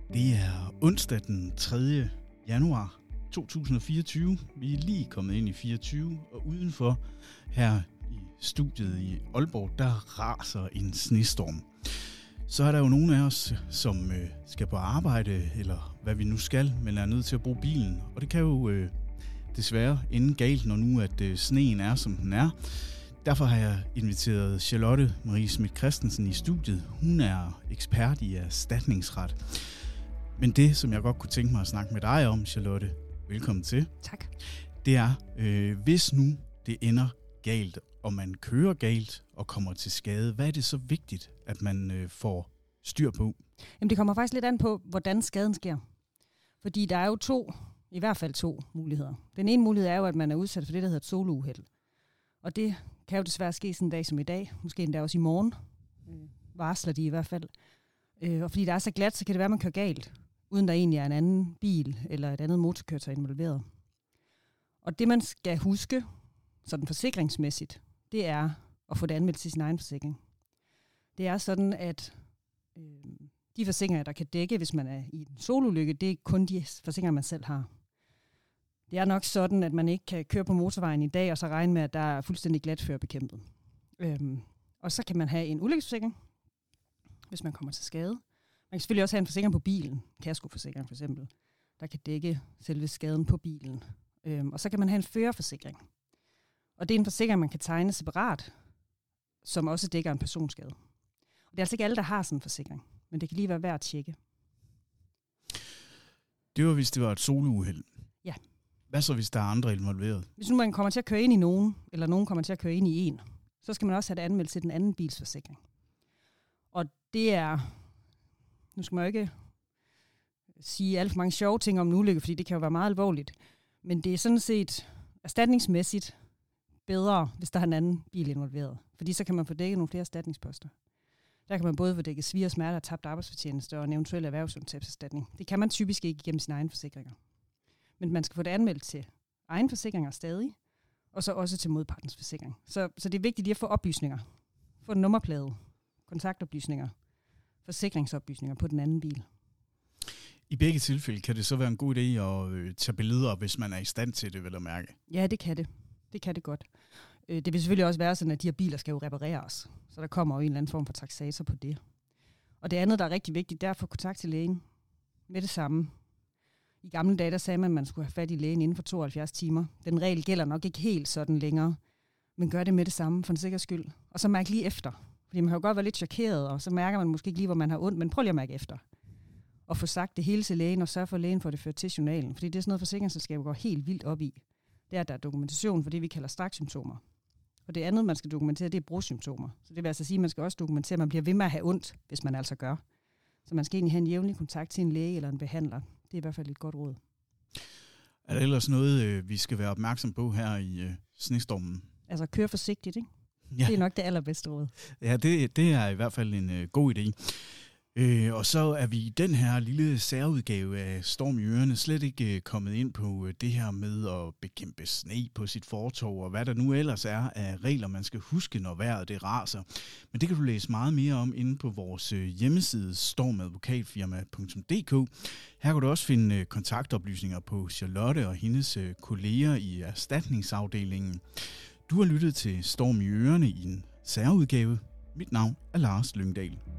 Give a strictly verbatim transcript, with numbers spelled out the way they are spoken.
Det er onsdag den tredje januar to tusind og fireogtyve. Vi er lige kommet ind i fireogtyve, og udenfor her i studiet i Aalborg, der raser en snestorm. Så er der jo nogle af os, som øh, skal på arbejde, eller hvad vi nu skal, men er nødt til at bruge bilen. Og det kan jo øh, desværre ende galt, når nu at øh, sneen er, som den er. Derfor har jeg inviteret Charlotte Marie Schmidt Christensen i studiet. Hun er ekspert i erstatningsret. Men det, som jeg godt kunne tænke mig at snakke med dig om, Charlotte, velkommen til. Tak. Det er, øh, hvis nu det ender galt, og man kører galt og kommer til skade, hvad er det så vigtigt, at man øh, får styr på? Jamen, det kommer faktisk lidt an på, hvordan skaden sker. Fordi der er jo to, i hvert fald to muligheder. Den ene mulighed er jo, at man er udsat for det, der hedder et solouheld. Og det kan jo desværre ske sådan en dag som i dag, måske endda også i morgen, øh, varsler de i hvert fald. Øh, og fordi der er så glat, så kan det være, at man kører galt, uden der egentlig er en anden bil eller et andet motorkøretøj involveret. Og det, man skal huske, sådan forsikringsmæssigt, det er at få det anmeldt til sin egen forsikring. Det er sådan, at øh, de forsikringer, der kan dække, hvis man er i en solulykke, det er kun de forsikringer, man selv har. Det er nok sådan, at man ikke kan køre på motorvejen i dag, og så regne med, at der er fuldstændig glatføre bekæmpet. Øhm, og så kan man have en ulykkesforsikring, hvis man kommer til skade. Man kan selvfølgelig også have en forsikring på bilen, kaskoforsikring for eksempel, der kan dække selve skaden på bilen. Øhm, og så kan man have en førerforsikring. Og det er en forsikring, man kan tegne separat, som også dækker en personskade. Og det er altså ikke alle, der har sådan en forsikring, men det kan lige være værd at tjekke. Det var, hvis det var et solouheld. Ja. Hvad så, hvis der er andre involveret? Hvis nu man kommer til at køre ind i nogen, eller nogen kommer til at køre ind i en, så skal man også have det anmeldt til den anden bils forsikring. Og det er, nu skal man jo ikke sige alt for mange sjove ting om en ulykke, fordi det kan jo være meget alvorligt, men det er sådan set erstatningsmæssigt bedre, hvis der er en anden bil involveret. Fordi så kan man få dækket nogle flere erstatningsposter. Der kan man både få dækket svie og smerte og tabt arbejdsfortjeneste og en eventuel erhvervsundtabserstatning. Det kan man typisk ikke igennem sine egne forsikringer. Men man skal få det anmeldt til egen forsikringer stadig, og så også til modpartens forsikring. Så, så det er vigtigt lige at få oplysninger. Få en nummerplade, kontaktoplysninger, forsikringsoplysninger på den anden bil. I begge tilfælde kan det så være en god idé at øh, tage billeder, hvis man er i stand til det, vel at mærke? Ja, det kan det. Det kan det godt. Det vil selvfølgelig også være sådan, at de her biler skal jo repareres. Så der kommer jo en eller anden form for taksator på det. Og det andet, der er rigtig vigtigt, det er at få kontakt til lægen med det samme. I gamle dage, der sagde man, at man skulle have fat i lægen inden for tooghalvfjerds timer. Den regel gælder nok ikke helt sådan længere, men gør det med det samme for en sikker skyld. Og så mærk lige efter. Fordi man har jo godt været lidt chokeret, og så mærker man måske ikke lige, hvor man har ondt, men prøv lige at mærke efter. Og få sagt det hele til lægen, og sørge for, at lægen får det ført til journalen. Fordi det er sådan noget, forsikringsselskaber går helt vildt op i. Det er, at der er dokumentation for det, vi kalder straksymptomer. Og det andet, man skal dokumentere, det er brugsymptomer. Så det vil altså sige, at man skal også dokumentere, at man bliver ved med at have ondt, hvis man altså gør. Så man skal egentlig have en jævnlig kontakt til en læge eller en behandler. Det er i hvert fald et godt råd. Er der ellers noget, vi skal være opmærksom på her i øh, snestormen? Altså køre forsigtigt, ikke? Ja. Det er nok det allerbedste råd. Ja, det, det er i hvert fald en øh, god idé. Øh, og så er vi i den her lille særudgave af Storm i Ørerne slet ikke øh, kommet ind på øh, det her med at bekæmpe sne på sit fortov, og hvad der nu ellers er af regler, man skal huske, når vejret det raser. Men det kan du læse meget mere om inde på vores øh, hjemmeside stormadvokatfirma punktum d k. Her kan du også finde øh, kontaktoplysninger på Charlotte og hendes øh, kolleger i erstatningsafdelingen. Du har lyttet til Storm i Ørerne i en særudgave. Mit navn er Lars Lyngdal.